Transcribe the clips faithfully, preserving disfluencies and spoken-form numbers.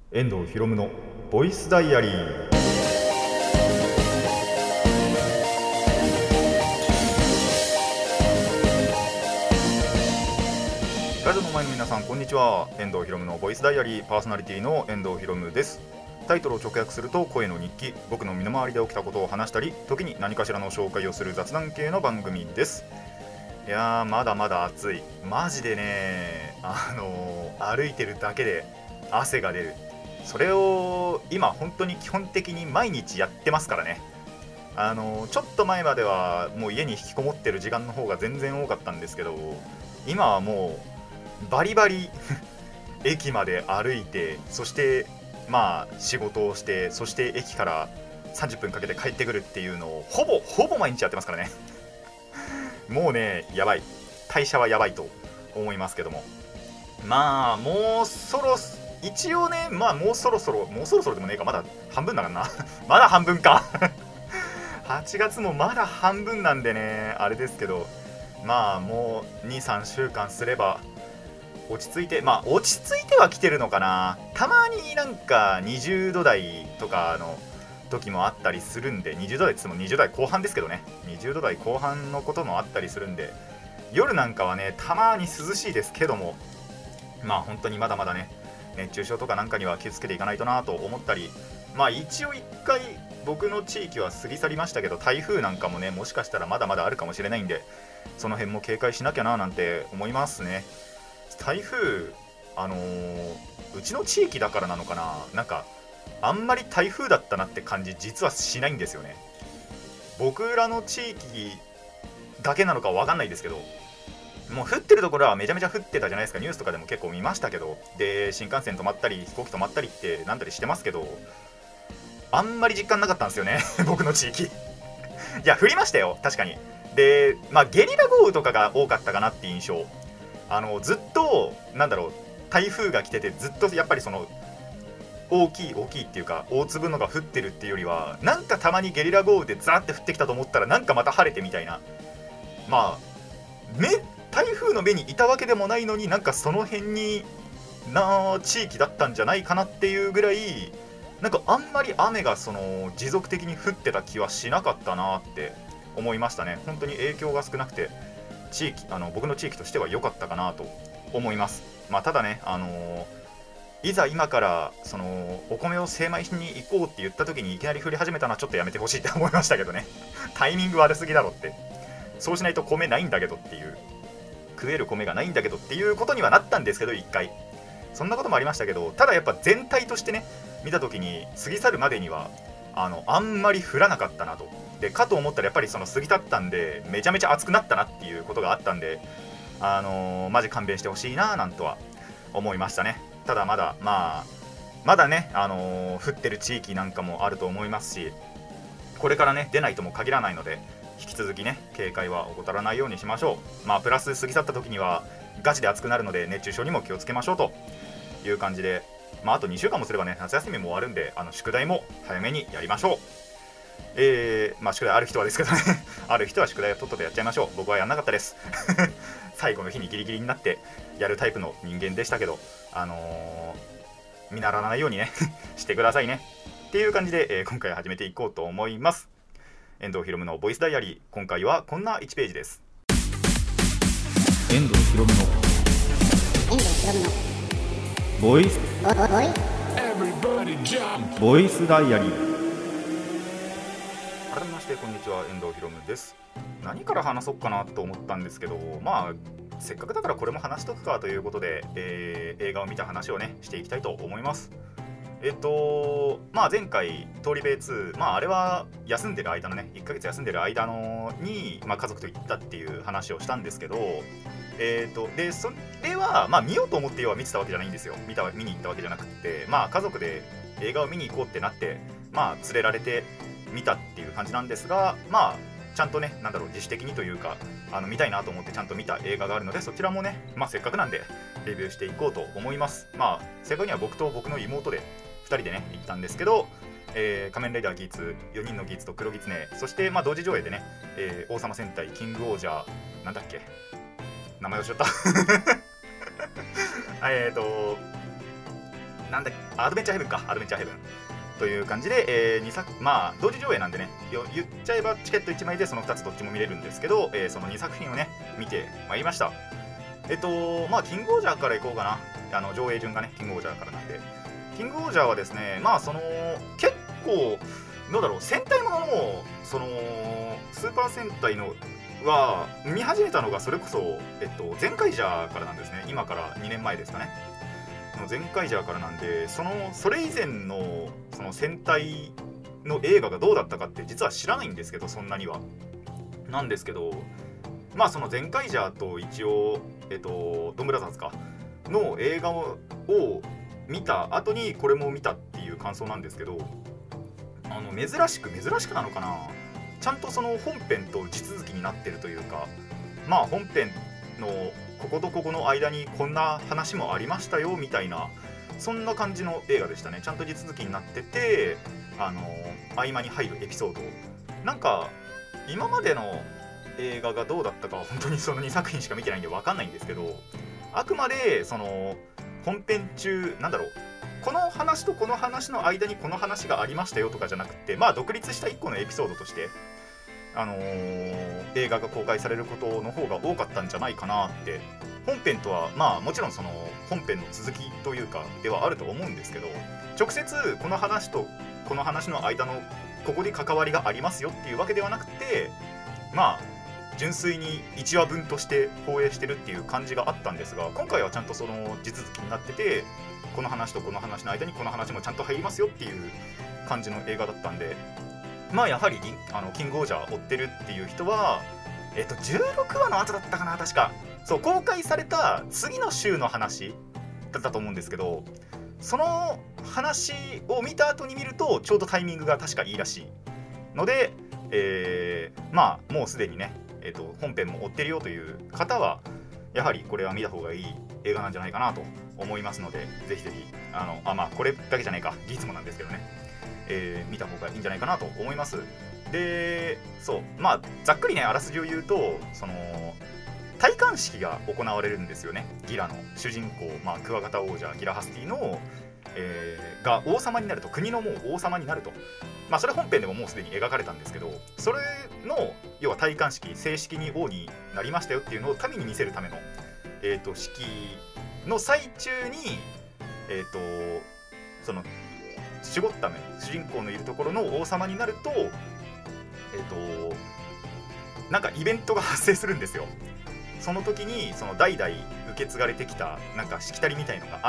遠藤ひろむのボイスダイアリー。ラジオの前の皆さん、こんにちは。遠藤ひろむのボイスダイアリーパーソナリティの遠藤ひろむです。タイトルを直訳すると声の日記。僕の身の回りで起きたことを話したり、時に何かしらの紹介をする雑談系の番組です。いやー、まだまだ暑い。マジでね、あのー、歩いてるだけで汗が出る。それを今本当に基本的に毎日やってますからね。あのー、ちょっと前まではもう家に引きこもってる時間の方が全然多かったんですけど、今はもうバリバリ駅まで歩いて、そしてまあ仕事をして、そして駅からさんじゅっぷんかけて帰ってくるっていうのをほぼほぼ毎日やってますからね。もうね、やばい。代謝はやばいと思いますけども。まあ、もうそろ、一応ね、まあもうそろそろ、もうそろそろでもねえか、まだ半分だからな。まだ半分か。はちがつもまだ半分なんでね、あれですけど、まあもうに、さんしゅうかんすれば、落ち着いて、まあ落ち着いてはきてるのかな。たまになんかにじゅうど台とかの時もあったりするんで、にじゅうど台っつってもにじゅう代後半ですけどね、にじゅうど台後半のこともあったりするんで、夜なんかはねたまに涼しいですけども、まあ本当にまだまだね、熱中症とかなんかには気をつけていかないとなと思ったり、まあ一応一回僕の地域は過ぎ去りましたけど、台風なんかもねもしかしたらまだまだあるかもしれないんで、その辺も警戒しなきゃななんて思いますね。台風、あのー、うちの地域だからなのかな、なんかあんまり台風だったなって感じ実はしないんですよね。僕らの地域だけなのかわかんないですけど、もう降ってるところはめちゃめちゃ降ってたじゃないですか。ニュースとかでも結構見ましたけど、で新幹線止まったり飛行機止まったりってなんだりしてますけど、あんまり実感なかったんですよね。僕の地域。いや降りましたよ、確かに。でまあゲリラ豪雨とかが多かったかなって印象。あのずっとなんだろう、台風が来ててずっとやっぱりその大きい大きいっていうか大粒のが降ってるっていうよりは、なんかたまにゲリラ豪雨でザーって降ってきたと思ったらなんかまた晴れてみたいな、まあ目台風の目にいたわけでもないのに、なんかその辺にな地域だったんじゃないかなっていうぐらい、なんかあんまり雨がその持続的に降ってた気はしなかったなって思いましたね。本当に影響が少なくて、地域あの僕の地域としては良かったかなと思います。まあただね、あのーいざ今からそのお米を精米しに行こうって言った時にいきなり降り始めたのはちょっとやめてほしいって思いましたけどね。タイミング悪すぎだろって、そうしないと米ないんだけどっていう、食える米がないんだけどっていうことにはなったんですけど、一回そんなこともありましたけど、ただやっぱ全体としてね見た時に過ぎ去るまでにはあのあんまり降らなかったなと。でかと思ったらやっぱりその過ぎ去ったんでめちゃめちゃ暑くなったなっていうことがあったんで、あのー、マジ勘弁してほしいななんとは思いましたね。ただまだまあまだね、あのー、降ってる地域なんかもあると思いますし、これからね出ないとも限らないので、引き続きね警戒は怠らないようにしましょう。まあプラス過ぎ去った時にはガチで暑くなるので熱中症にも気をつけましょうという感じで、まああとにしゅうかんもすればね夏休みも終わるんで、あの宿題も早めにやりましょう。えー、まあ宿題ある人はですけどねある人は宿題をとっととやっちゃいましょう。僕はやんなかったです最後の日にギリギリになってやるタイプの人間でしたけど、あのー、見習わないようにねしてくださいねっていう感じで、えー、今回始めていこうと思います。遠藤ひろむのボイスダイアリー、今回はこんないちページです。遠藤ひろむの遠藤ひろむのボイスボイスダイアリー。改めましてこんにちは、遠藤ひろむです。何から話そうかなと思ったんですけど、まあせっかくだからこれも話しとくかということで、えー、映画を見た話をねしていきたいと思います。えっとまあ前回通り部ツー、まああれは休んでる間のねいっかげつ休んでる間のに、まあ、家族と行ったっていう話をしたんですけど、えっとでそれはまあ見ようと思って要は見てたわけじゃないんですよ。見た見に行ったわけじゃなくて、まあ家族で映画を見に行こうってなって、まあ連れられて見たっていう感じなんですが、まあちゃんとね、なんだろう、自主的にというか、あの見たいなと思ってちゃんと見た映画があるので、そちらもね、まあせっかくなんでレビューしていこうと思います。まあ正確には僕と僕の妹でふたりでね行ったんですけど、えー、仮面ライダーギーツ、よにんのギーツと黒ギツネ、そしてまあ同時上映でね、えー、王様戦隊キングオージャー、なんだっけ、名前をしちゃったえっとなんだアドベンチャーヘブンかアドベンチャーヘブンという感じで、えー、にさくまあ同時上映なんでね、言っちゃえばチケットいちまいでそのふたつどっちも見れるんですけど、えー、そのにさく品をね見てまいりました。えっとまあキングオージャーからいこうかな。あの上映順がねキングオージャーからなんで、キングオージャーはですね、まあその結構どうだろう、戦隊もののそのスーパー戦隊のは見始めたのがそれこそ、えっと、ゼンカイジャーからなんですね。今からにねんまえですかね。ゼンカイジャーからなんで、そのそれ以前のその戦隊の映画がどうだったかって実は知らないんですけど、そんなにはなんですけど、まあそのゼンカイジャーと一応えっとドンブラザーズかの映画を見た後にこれも見たっていう感想なんですけど、あの珍しく珍しくなのかな、ちゃんとその本編と地続きになってるというか、まあ本編のこことここの間にこんな話もありましたよみたいな、そんな感じの映画でしたね。ちゃんと地続きになってて、あの合間に入るエピソード、なんか今までの映画がどうだったかは本当にそのにさく品しか見てないんで分かんないんですけど、あくまでその本編中なんだろう、この話とこの話の間にこの話がありましたよとかじゃなくて、まあ独立したいっこのエピソードとしてあのー、映画が公開されることの方が多かったんじゃないかなって。本編とはまあもちろんその本編の続きというかではあると思うんですけど、直接この話とこの話の間のここで関わりがありますよっていうわけではなくて、まあ純粋にいちわぶんとして放映してるっていう感じがあったんですが、今回はちゃんとその地続きになってて、この話とこの話の間にこの話もちゃんと入りますよっていう感じの映画だったんで、まあやはりあのキングオージャー追ってるっていう人はえっとじゅうろくわの後だったかな、確かそう公開された次の週の話だったと思うんですけど、その話を見た後に見るとちょうどタイミングが確かいいらしいので、えー、まあもうすでにね、えっと本編も追ってるよという方はやはりこれは見た方がいい映画なんじゃないかなと思いますので、ぜひぜひあのあまあこれだけじゃないか、ギーツもなんですけどね、えー、見た方がいいんじゃないかなと思います。で、そうまあざっくりねあらすじを言うと、その戴冠式が行われるんですよね。ギラの主人公、まあ、クワガタ王者ギラハスティの、えー、が王様になると、国のもう王様になると、まあそれ本編でももうすでに描かれたんですけど、それの要は戴冠式、正式に王になりましたよっていうのを民に見せるための、えー、と式の最中に、えー、とそのシュゴッタム主人公のいるところの王様になると、えー、となんかイベントが発生するんですよ。その時にその代々受け継がれてきたなんかしきたりみたいのがあって、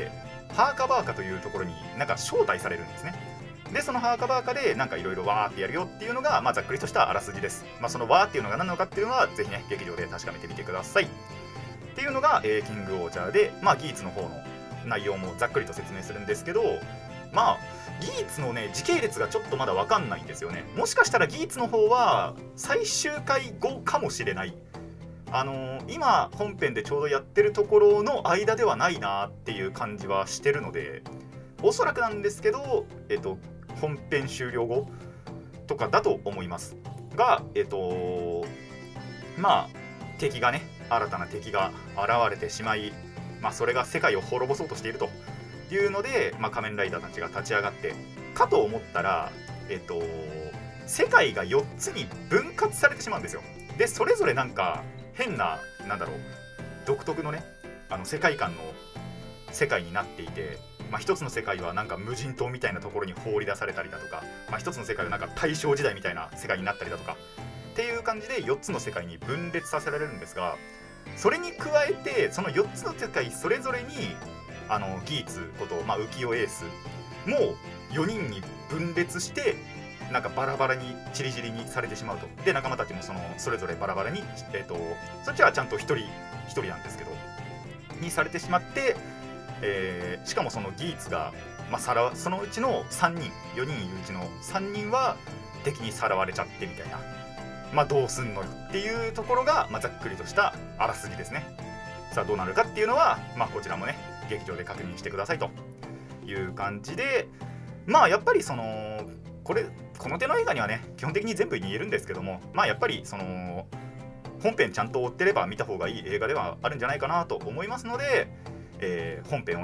ハーカバーカというところになんか招待されるんですね。でそのハーカバーカでなんかいろいろわーってやるよっていうのが、まあ、ざっくりとしたあらすじです。まあ、そのわーっていうのが何なのかっていうのはぜひね劇場で確かめてみてくださいっていうのが、えー、キングオージャーで、まあギーツの方の内容もざっくりと説明するんですけど、まあギーツのね時系列がちょっとまだ分かんないんですよね。もしかしたらギーツの方は最終回後かもしれない。あのー、今本編でちょうどやってるところの間ではないなっていう感じはしてるので、おそらくなんですけど、えっと、本編終了後とかだと思いますが、えっとまあ敵がね新たな敵が現れてしまい、まあ、それが世界を滅ぼそうとしているというので、まあ、仮面ライダーたちが立ち上がってかと思ったら、えっと世界がよっつに分割されてしまうんですよ。でそれぞれなんか変な、なんだろう、独特のねあの世界観の世界になっていて、まあ、一つの世界はなんか無人島みたいなところに放り出されたりだとか、まあ、一つの世界はなんか大正時代みたいな世界になったりだとかっていう感じでよっつの世界に分裂させられるんですが、それに加えてそのよっつの世界それぞれにあのギーツこと、まあ、浮世エースもよにんに分裂してなんかバラバラにチリチリにされてしまうと。で仲間たちもそのそれぞれバラバラに、えー、とそっちはちゃんと一人一人なんですけどにされてしまって、えー、しかもそのギーツが、まあ、さらそのうちのさんにんよにんいるうちのさんにんは敵にさらわれちゃってみたいな、まあどうすんのよっていうところが、まあ、ざっくりとしたあらすじですね。さあどうなるかっていうのは、まあ、こちらもね劇場で確認してくださいという感じで、まあやっぱりそのこれこの手の映画にはね基本的に全部に言えるんですけども、まあやっぱりその本編ちゃんと追ってれば見た方がいい映画ではあるんじゃないかなと思いますので、えー、本編をね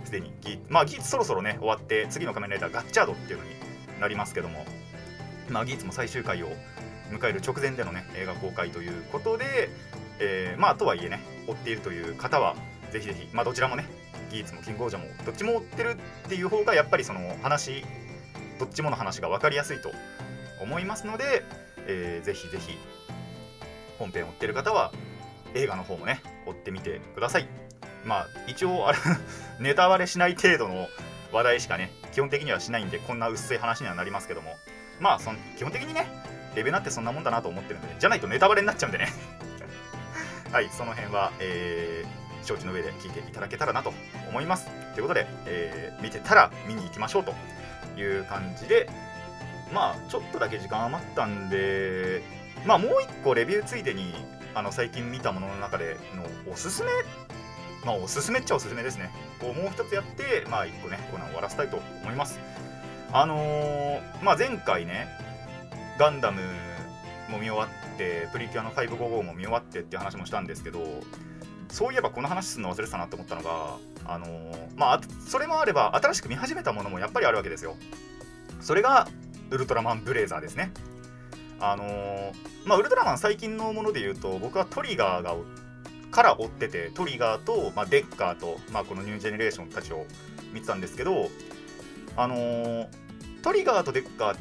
すでにギーツ、まあギーツそろそろね終わって次の仮面ライダーガッチャードっていうのになりますけども、まあギーツも最終回を迎える直前でのね映画公開ということで、えー、まあとはいえね追っているという方はぜひぜひ、まあどちらもねギーツもキングオージャーもどっちも追ってるっていう方がやっぱりその話どっちもの話が分かりやすいと思いますので、えー、ぜひぜひ本編を追ってる方は映画の方もね追ってみてください。まあ一応あれネタバレしない程度の話題しかね基本的にはしないんでこんな薄い話にはなりますけども、まあその基本的にねレベルなってそんなもんだなと思ってるんで、じゃないとネタバレになっちゃうんでねはい、その辺は、えー、承知の上で聞いていただけたらなと思います。ということで、えー、見てたら見に行きましょうという感じで、まあちょっとだけ時間余ったんで、まあもう一個レビューついでにあの最近見たものの中でのおすすめ、まあおすすめっちゃおすすめですねをもう一つやって、まあ一個ねコーナーを終わらせたいと思います。あのー、まあ前回ねガンダムも見終わってプリキュアのごひゃくごじゅうごも見終わってっていう話もしたんですけど、そういえばこの話するの忘れてたなと思ったのが、あのー、まあそれもあれば新しく見始めたものもやっぱりあるわけですよ。それがウルトラマンブレイザーですね。あのー、まあウルトラマン最近のもので言うと僕はトリガーがから追ってて、トリガーと、まあ、デッカーと、まあ、このニュージェネレーションたちを見てたんですけど、あのー、トリガーとデッカーって、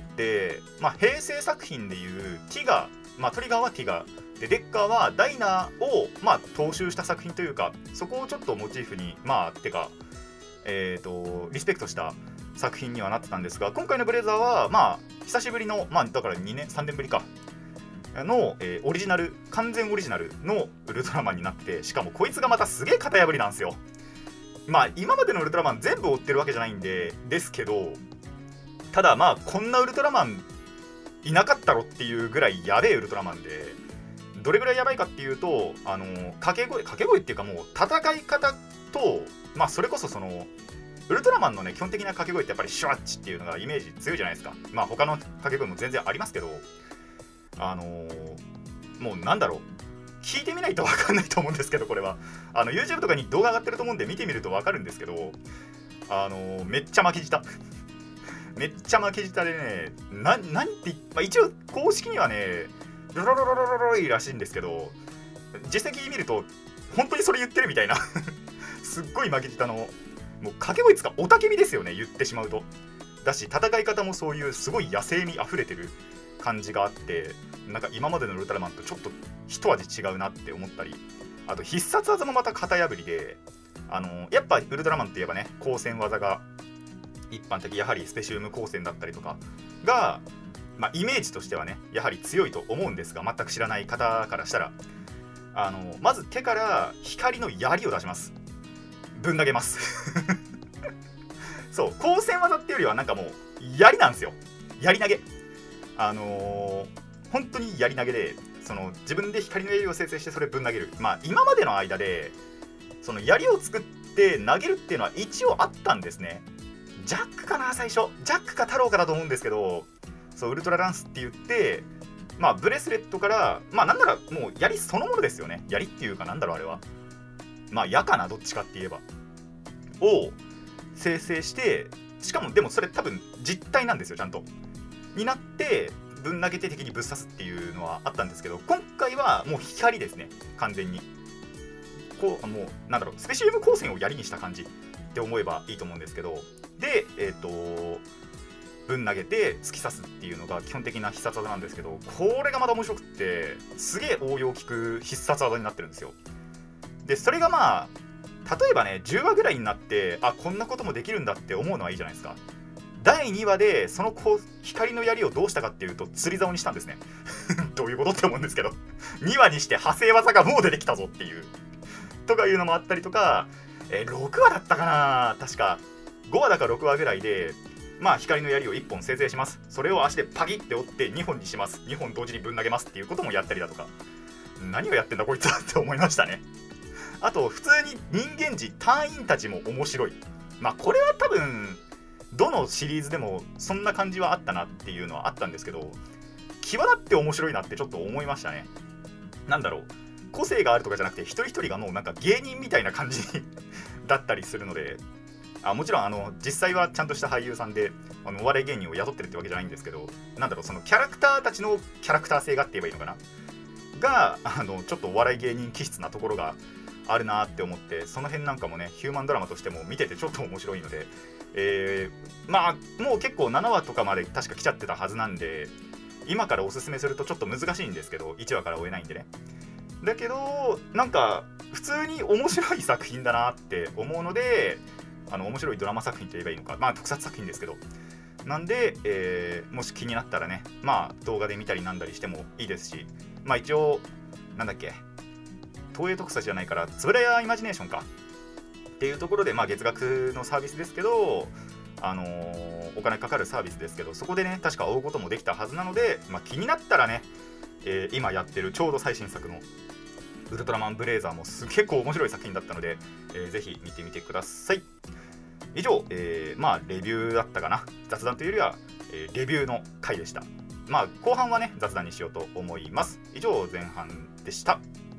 まあ、平成作品でいうティガー、まあ、トリガーはティガーでデッカーはダイナーを、まあ、踏襲した作品というか、そこをちょっとモチーフにまあてかえーとリスペクトした作品にはなってたんですが、今回のブレイザーはまあ久しぶりの、まあだからにねんさんねんぶりかの、えー、オリジナル完全オリジナルのウルトラマンになってて、しかもこいつがまたすげえ型破りなんですよ。まあ今までのウルトラマン全部追ってるわけじゃないんでですけど、ただまあこんなウルトラマンいなかったろっていうぐらいやべえウルトラマンで、どれぐらいやばいかっていうと、あの掛け声掛け声っていうかもう戦い方と、まあそれこそそのウルトラマンのね基本的な掛け声ってやっぱりシュワッチっていうのがイメージ強いじゃないですか。まあ他の掛け声も全然ありますけど、あのー、もうなんだろう、聞いてみないと分かんないと思うんですけど、これはあの YouTube とかに動画上がってると思うんで見てみると分かるんですけど、あのー、めっちゃ負け舌めっちゃ負け舌でね、な何って、まあ、一応公式にはねロロロロロロロイらしいんですけど、実績見ると本当にそれ言ってるみたいなすっごい負け舌の、もう掛け声つか雄たけびですよね、言ってしまうと。だし戦い方もそういうすごい野生味あふれてる感じがあって、なんか今までのウルトラマンとちょっと一味違うなって思ったり、あと必殺技もまた型破りで、あのやっぱウルトラマンって言えばね光線技が一般的、やはりスペシウム光線だったりとかが、まあ、イメージとしてはねやはり強いと思うんですが、全く知らない方からしたら、あのまず手から光の槍を出します。ぶん投げますそう、光線技っていうよりはなんかもう槍なんですよ、槍投げ。あのー、本当に槍投げで、その自分で光の槍を生成してそれぶん投げる。まあ今までの間でその槍を作って投げるっていうのは一応あったんですね。ジャックかな最初、ジャックか太郎かだと思うんですけど、そうウルトラランスって言って、まあブレスレットから、まあなんならもう槍そのものですよね。槍っていうかなんだろうあれは、まあ矢かな、どっちかって言えばを生成して、しかもでもそれ多分実体なんですよ、ちゃんとになってぶん投げて敵にぶっ刺すっていうのはあったんですけど、今回はもう光ですね、完全に。こうもうなんだろう、スペシウム光線を槍にした感じって思えばいいと思うんですけど、でえっ、ー、とぶん投げて突き刺すっていうのが基本的な必殺技なんですけど、これがまた面白くってすげえ応用効く必殺技になってるんですよ。でそれがまあ例えばねじゅうわぐらいになって、あこんなこともできるんだって思うのはいいじゃないですか。だいにわでその光の槍をどうしたかっていうと釣り竿にしたんですねどういうことって思うんですけどにわにして派生技がもう出てきたぞっていうとかいうのもあったりとか、えー、ろくわだったかな、確かごわだかろくわぐらいで、まあ光の槍をいっぽん生成します。それを足でパキッて折ってにほんにします。にほん同時にぶん投げますっていうこともやったりだとか、何をやってんだこいつはって思いましたね。あと普通に人間児隊員たちも面白い。まあこれは多分どのシリーズでもそんな感じはあったなっていうのはあったんですけど、際立って面白いなってちょっと思いましたね。なんだろう、個性があるとかじゃなくて一人一人がもうなんか芸人みたいな感じだったりするので、 あもちろんあの実際はちゃんとした俳優さんであのお笑い芸人を雇ってるってわけじゃないんですけど、なんだろう、そのキャラクターたちのキャラクター性がって言えばいいのかながあのちょっとお笑い芸人気質なところがあるなって思って、その辺なんかもねヒューマンドラマとしても見ててちょっと面白いので、えー、まあもう結構ななわとかまで確か来ちゃってたはずなんで、今からおすすめするとちょっと難しいんですけど、いちわから追えないんでね。だけどなんか普通に面白い作品だなって思うので、あの面白いドラマ作品と言えばいいのか、まあ特撮作品ですけど、なんで、えー、もし気になったらね、まあ動画で見たりなんだりしてもいいですし、まあ一応なんだっけ、東映特撮じゃないからつぶらやイマジネーションかっていうところで、まあ月額のサービスですけど、あのー、お金かかるサービスですけど、そこでね確か追うこともできたはずなので、まあ、気になったらね、えー、今やってるちょうど最新作のウルトラマンブレイザーもす結構面白い作品だったので、えー、ぜひ見てみてください。以上、えー、まあレビューだったかな、雑談というよりは、えー、レビューの回でした。まあ後半はね雑談にしようと思います。以上前半でした。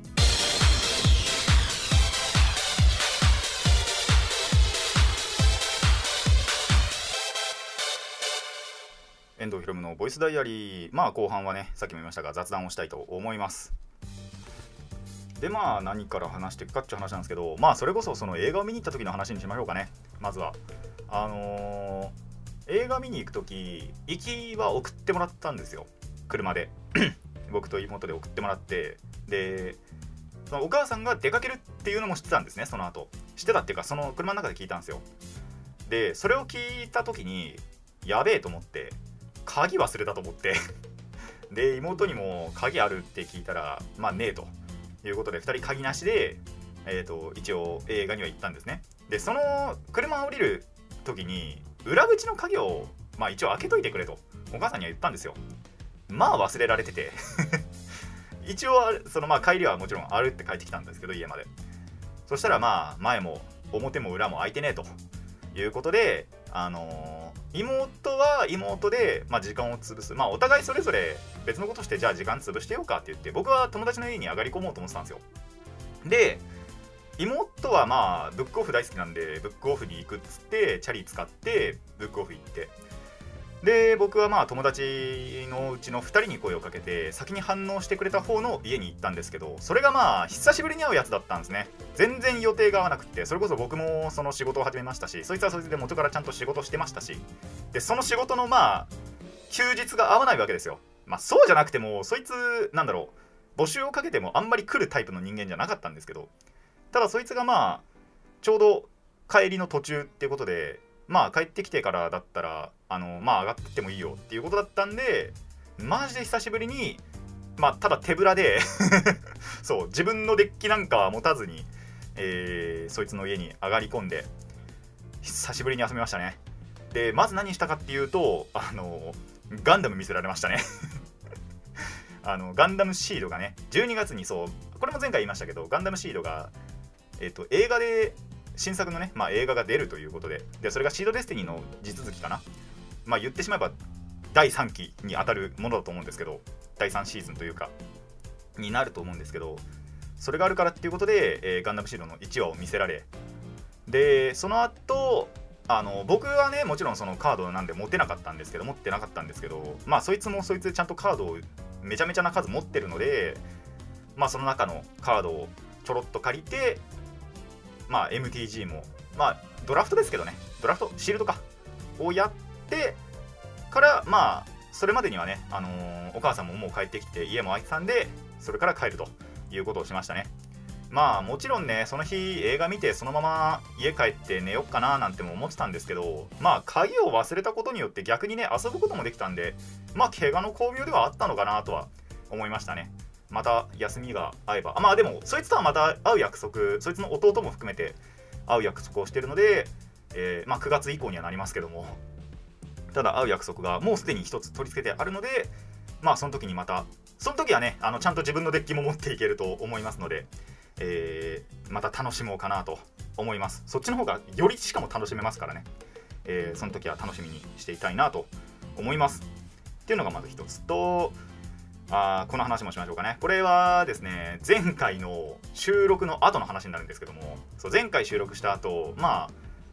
遠藤ひろむのボイスダイアリー、まあ後半はねさっきも言いましたが雑談をしたいと思います。でまあ何から話していくかっていう話なんですけど、まあそれこそその映画を見に行った時の話にしましょうかね。まずはあのー、映画見に行く時行きは送ってもらったんですよ、車で僕と妹で送ってもらって、でそのお母さんが出かけるっていうのも知ってたんですね。その後知ってたっていうか、その車の中で聞いたんですよ。でそれを聞いた時にやべえと思って、鍵忘れたと思ってで妹にも鍵あるって聞いたら、まあねえということでふたり鍵なしで、えーと一応映画には行ったんですね。でその車を降りる時に裏口の鍵を、まあ、一応開けといてくれとお母さんには言ったんですよ。まあ忘れられてて一応そのまあ帰りはもちろんあるって帰ってきたんですけど、家まで。そしたらまあ前も表も裏も開いてねえということで、あのー、妹は妹で、まあ、時間を潰す、まあお互いそれぞれ別のことして、じゃあ時間潰してようかって言って、僕は友達の家に上がり込もうと思ってたんですよ。で妹はまあブックオフ大好きなんでブックオフに行くっつってチャリ使ってブックオフ行って、で僕はまあ友達のうちのふたりに声をかけて先に反応してくれた方の家に行ったんですけど、それがまあ久しぶりに会うやつだったんですね。全然予定が合わなくって、それこそ僕もその仕事を始めましたし、そいつはそいつで元からちゃんと仕事してましたし、でその仕事のまあ休日が合わないわけですよ。まあそうじゃなくてもそいつなんだろう、募集をかけてもあんまり来るタイプの人間じゃなかったんですけど、ただそいつがまあちょうど帰りの途中っていうことで、まあ帰ってきてからだったらあのまあ上がってってもいいよっていうことだったんで、マジで久しぶりにまあただ手ぶらでそう自分のデッキなんかは持たずに、えー、そいつの家に上がり込んで久しぶりに遊びましたね。でまず何したかっていうと、あのガンダム見せられましたねあのガンダムシードがねじゅうにがつに、そうこれも前回言いましたけど、ガンダムシードがえっと映画で新作のね、まあ、映画が出るということで、でそれがシードデスティニーの地続きかな、まあ言ってしまえばだいさんきに当たるものだと思うんですけど、だいさんシーズンというかになると思うんですけど、それがあるからっていうことで、えー、ガンダムシードのいちわを見せられ、でその後あの僕はねもちろんそのカードなんで持てなかったんですけど持ってなかったんですけど、まあそいつもそいつでちゃんとカードをめちゃめちゃな数持ってるので、まあその中のカードをちょろっと借りて、まあ エムティージー もまあドラフトですけどね、ドラフトシールドかをやってから、まあそれまでにはね、あのー、お母さんももう帰ってきて家も空いてたんで、それから帰るということをしましたね。まあもちろんねその日映画見てそのまま家帰って寝よっかななんても思ってたんですけど、まあ鍵を忘れたことによって逆にね遊ぶこともできたんで、まあ怪我の巧妙ではあったのかなとは思いましたね。また休みが合えば、あまあでもそいつとはまた会う約束、そいつの弟も含めて会う約束をしているので、えー、まあくがつ以降にはなりますけども、ただ会う約束がもうすでに一つ取り付けてあるので、まあその時にまたその時はねあのちゃんと自分のデッキも持っていけると思いますので、えー、また楽しもうかなと思います。そっちの方がよりしかも楽しめますからね、えー、その時は楽しみにしていたいなと思いますっていうのがまず一つと、あこの話もしましょうかね。これはですね前回の収録の後の話になるんですけども、そう前回収録した後、まあ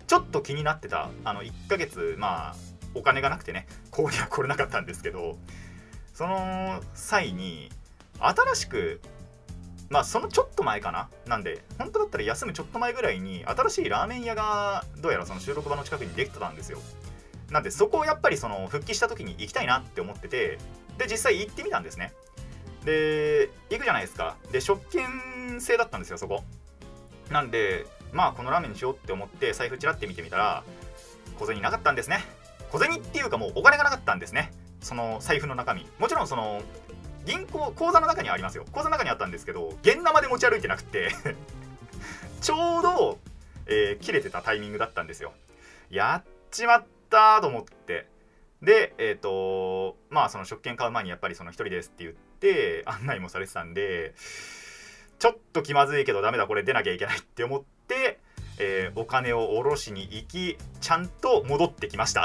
ちょっと気になってたあのいっかげつ、まあお金がなくてねここには来れなかったんですけど、その際に新しく、まあそのちょっと前かな、なんで本当だったら休むちょっと前ぐらいに新しいラーメン屋がどうやらその収録場の近くにできてたんですよ。なんでそこをやっぱりその復帰した時に行きたいなって思ってて、で実際行ってみたんですね。で行くじゃないですか。で食券制だったんですよそこなんで、まあこのラーメンにしようって思って財布チラって見てみたら小銭なかったんですね。小銭っていうかもうお金がなかったんですね、その財布の中身。もちろんその銀行口座の中にはありますよ、口座の中にあったんですけど現生で持ち歩いてなくてちょうど、えー、切れてたタイミングだったんですよ。やっちまったと思って、でえっ、ー、とまあその食券買う前にやっぱりその一人ですって言って案内もされてたんで、ちょっと気まずいけどダメだこれ出なきゃいけないって思って、えー、お金を下ろしに行きちゃんと戻ってきました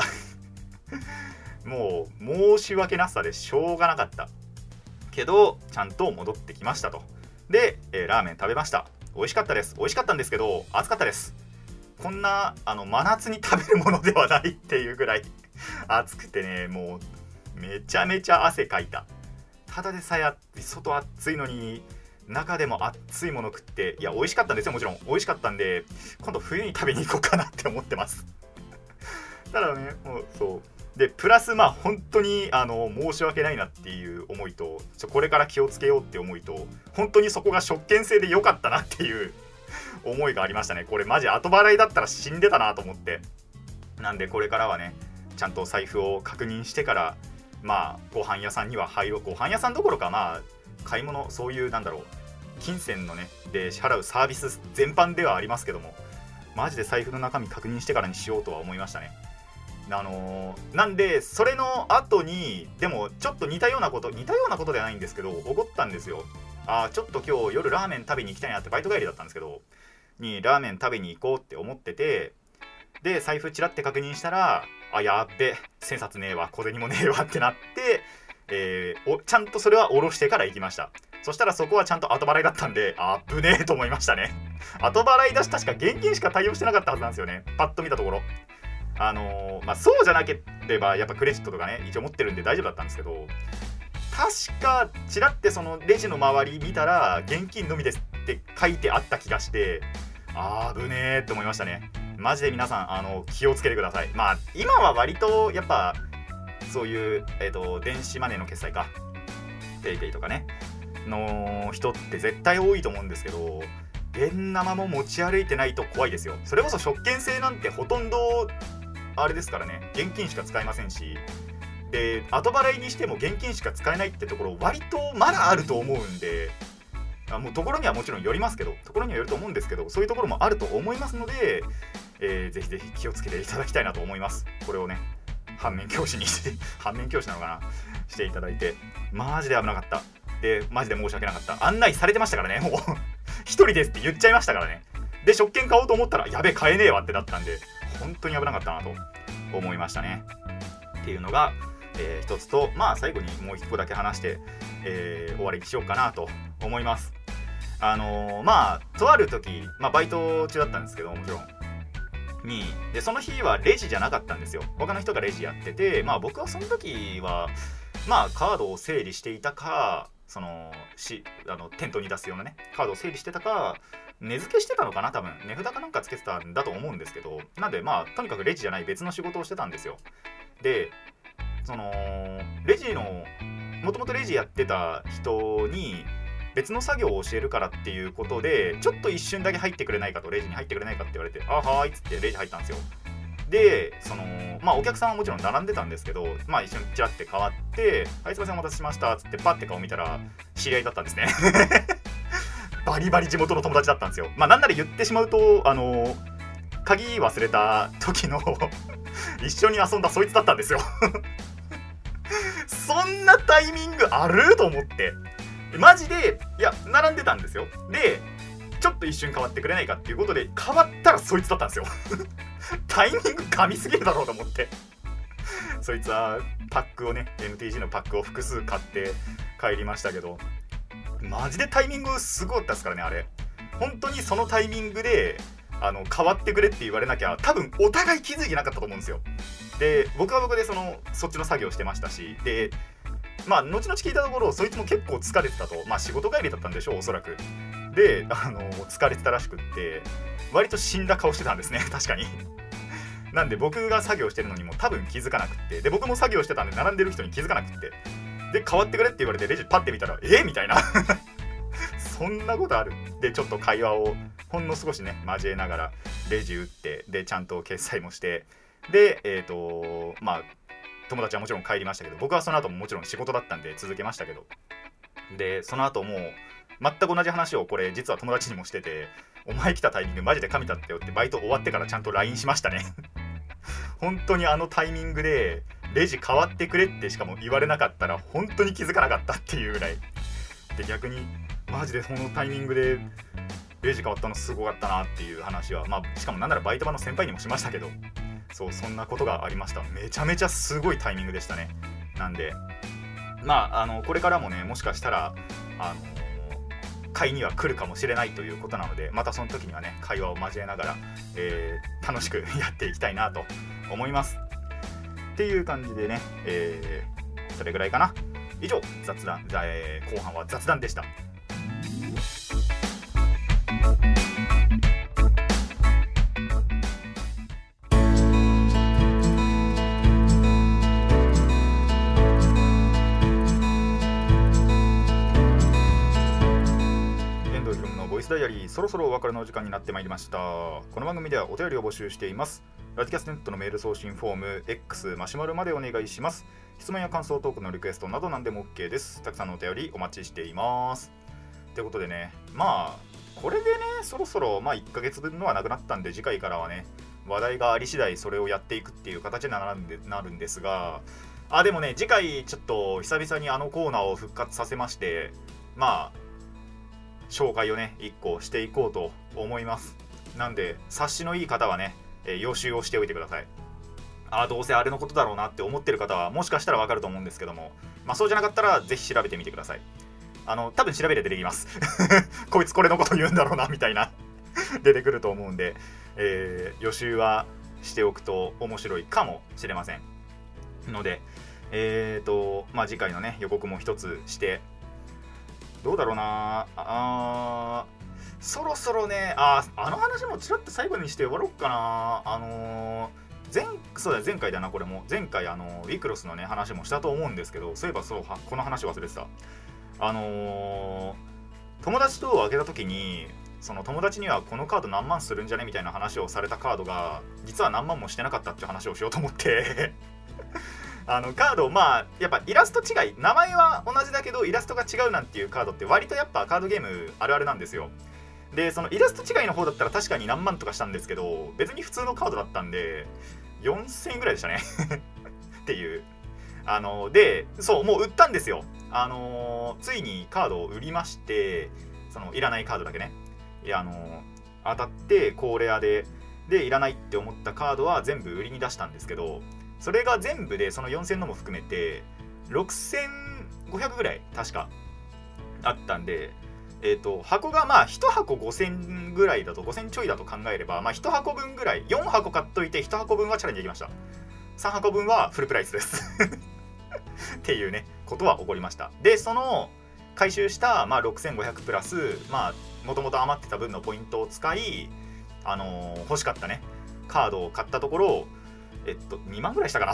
もう申し訳なさでしょうがなかったけどちゃんと戻ってきましたと。で、えー、ラーメン食べました。美味しかったです。美味しかったんですけど暑かったです。こんなあの真夏に食べるものではないっていうぐらい暑くてね、もうめちゃめちゃ汗かいた。ただでさえ外暑いのに中でも暑いもの食って、いや美味しかったんですよ、もちろん美味しかったんで今度冬に食べに行こうかなって思ってますただねもうそうでプラスまあ本当にあの申し訳ないなっていう思いと、ちょこれから気をつけようって思いと、本当にそこが食券制で良かったなっていう思いがありましたね。これマジ後払いだったら死んでたなと思って、なんでこれからはねちゃんと財布を確認してからまあご飯屋さんには入ろう。ご飯屋さんどころかまあ買い物、そういうなんだろう金銭のねで支払うサービス全般ではありますけども、マジで財布の中身確認してからにしようとは思いましたね。あのー、なんでそれの後にでもちょっと似たようなこと似たようなことではないんですけど起こったんですよ。あーちょっと今日夜ラーメン食べに行きたいなって、バイト帰りだったんですけどにラーメン食べに行こうって思ってて、で財布チラって確認したらあやっべ千冊ねえわ小銭もねえわってなって、えー、おちゃんとそれは下ろしてから行きました。そしたらそこはちゃんと後払いだったんであぶねえと思いましたね後払いだし確か現金しか対応してなかったはずなんですよね、パッと見たところ。あのー、まあそうじゃなければやっぱクレジットとかね一応持ってるんで大丈夫だったんですけど、確かチラってそのレジの周り見たら現金のみですって書いてあった気がして、あーぶねえって思いましたね。マジで皆さんあの気をつけてください。まあ今は割とやっぱそういう、えーと、電子マネーの決済か PayPay とかねの人って絶対多いと思うんですけど、現生も持ち歩いてないと怖いですよ。それこそ食券制なんてほとんどあれですからね、現金しか使えませんし、で後払いにしても現金しか使えないってところ割とまだあると思うんで、あもうところにはもちろんよりますけどところにはよると思うんですけど、そういうところもあると思いますので、えー、ぜひぜひ気をつけていただきたいなと思います。これをね反面教師にして反面教師なのかなしていただいて、マジで危なかった。でマジで申し訳なかった。案内されてましたからね、もう一人ですって言っちゃいましたからね。で食券買おうと思ったらやべえ買えねえわってなったんで、本当に危なかったなと思いましたねっていうのが、えー、一つと、まあ最後にもう一個だけ話して、えー、終わりにしようかなと思います。あのー、まあとある時、まあ、バイト中だったんですけどもちろんにでその日はレジじゃなかったんですよ。他の人がレジやってて、まあ僕はその時はまあカードを整理していたか、そのしあの店頭に出すようなねカードを整理してたか、値付けしてたのかな、多分値札かなんかつけてたんだと思うんですけど、なんでまあとにかくレジじゃない別の仕事をしてたんですよ。でそのレジのもともとレジやってた人に別の作業を教えるからっていうことでちょっと一瞬だけ入ってくれないかと、レジに入ってくれないかって言われて、あはーいっつってレジ入ったんですよ。でそのまあお客さんはもちろん並んでたんですけど、まあ一緒にチラって変わって「はいすいませんお待たせしました」っつってパッて顔見たら知り合いだったんですねバリバリ地元の友達だったんですよ。まあなんなら言ってしまうとあの鍵忘れた時の一緒に遊んだそいつだったんですよそんなタイミングあると思ってマジで、いや並んでたんですよ。でちょっと一瞬変わってくれないかっていうことで変わったらそいつだったんですよタイミング噛みすぎるだろうと思ってそいつはパックをね エムティージー のパックを複数買って帰りましたけど、マジでタイミングすごかったですからね。あれ本当にそのタイミングであの変わってくれって言われなきゃ多分お互い気づいてなかったと思うんですよ。で僕は僕でそのそっちの作業してましたし、でまあ後々聞いたところそいつも結構疲れてたと、まあ仕事帰りだったんでしょうおそらく。であの疲れてたらしくって割と死んだ顔してたんですね確かに。なんで僕が作業してるのにも多分気づかなくって、で僕も作業してたんで並んでる人に気づかなくって、で変わってくれって言われてレジパッて見たらえみたいなそんなことある。でちょっと会話をほんの少しね交えながらレジ打って、でちゃんと決済もして、でえっとまあ友達はもちろん帰りましたけど、僕はその後ももちろん仕事だったんで続けましたけど、でその後もう全く同じ話をこれ実は友達にもしてて、お前来たタイミングマジで神だったよってバイト終わってからちゃんと ライン しましたね本当にあのタイミングでレジ変わってくれってしかも言われなかったら本当に気づかなかったっていうぐらいで、逆にマジでそのタイミングでレジ変わったのすごかったなっていう話は、まあしかもなんならバイト場の先輩にもしましたけど、そうそんなことがありました。めちゃめちゃすごいタイミングでしたね。なんでまああのこれからもねもしかしたらあの会には来るかもしれないということなので、またその時にはね会話を交えながら、えー、楽しくやっていきたいなと思いますっていう感じでね、えー、それぐらいかな。以上雑談、えー、後半は雑談でした。ボイスダイアリー、そろそろお別れのお時間になってまいりました。この番組ではお便りを募集しています。ラディキャスネットのメール送信フォーム X マシュマロまでお願いします。質問や感想、トークのリクエストなど何でも OK です。たくさんのお便りお待ちしています。ということでね、まあこれでねそろそろまあいっかげつぶんのはなくなったんで、次回からはね話題があり次第それをやっていくっていう形になるんでなるんですが、あでもね次回ちょっと久々にあのコーナーを復活させまして、まあ紹介をねいっこしていこうと思います。なんで察しのいい方はね、えー、予習をしておいてください。あどうせあれのことだろうなって思ってる方はもしかしたらわかると思うんですけども、まあそうじゃなかったらぜひ調べてみてください。あの多分調べれて出てきますこいつこれのこと言うんだろうなみたいな出てくると思うんで、えー、予習はしておくと面白いかもしれませんので、えーとまあ次回のね予告も一つして、どうだろうなあ、そろそろね、ああの話もちらっと最後にして終わろうかな。あのー、前そうだ前回だな、これも前回あのウィクロスのね話もしたと思うんですけど、そういえばそうこの話忘れてた。あのー、友達と開けた時にその友達にはこのカード何万するんじゃねみたいな話をされたカードが実は何万もしてなかったっていう話をしようと思ってあのカード、まあやっぱイラスト違い、名前は同じだけどイラストが違うなんていうカードって割とやっぱカードゲームあるあるなんですよ。でそのイラスト違いの方だったら確かに何万とかしたんですけど、別に普通のカードだったんでよんせんえんぐらいでしたねっていう。あのでそうもう売ったんですよ。あのついにカードを売りまして、そのいらないカードだけね、いやあの当たって高レアででいらないって思ったカードは全部売りに出したんですけど、それが全部でそのよんせんのも含めてろくせんごひゃくぐらい確かあったんで、えーと箱がまあいち箱ごせんぐらいだとごせんちょいだと考えれば、まあいち箱分ぐらい、よん箱買っといていち箱分はチャレンジできました。さん箱分はフルプライスですっていうねことは起こりました。でその回収した、まあ、ろくせんごひゃくプラスまあもともと余ってた分のポイントを使い、あのー、欲しかったねカードを買ったところ、えっとにまんぐらいしたかな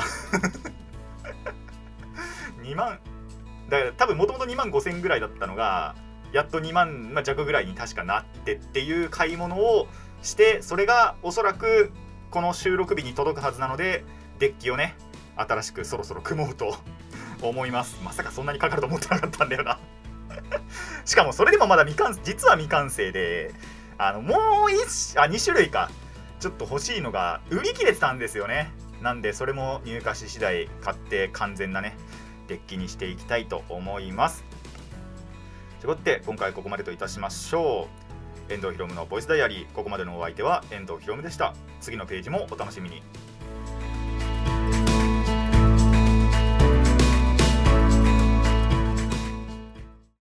にまんだから多分もともとにまんごせんぐらいだったのがやっとにまん弱ぐらいに確かなってっていう買い物をして、それがおそらくこの収録日に届くはずなのでデッキをね新しくそろそろ組もうと思います。まさかそんなにかかると思ってなかったんだよなしかもそれでもまだ未完実は未完成で、あのもういちあに種類かちょっと欲しいのが売り切れてたんですよね。なんでそれも入荷し次第買って完全なねデッキにしていきたいと思います。ということで今回ここまでといたしましょう。遠藤ひろむのボイスダイアリー、ここまでのお相手は遠藤ひろむでした。次のページもお楽しみに。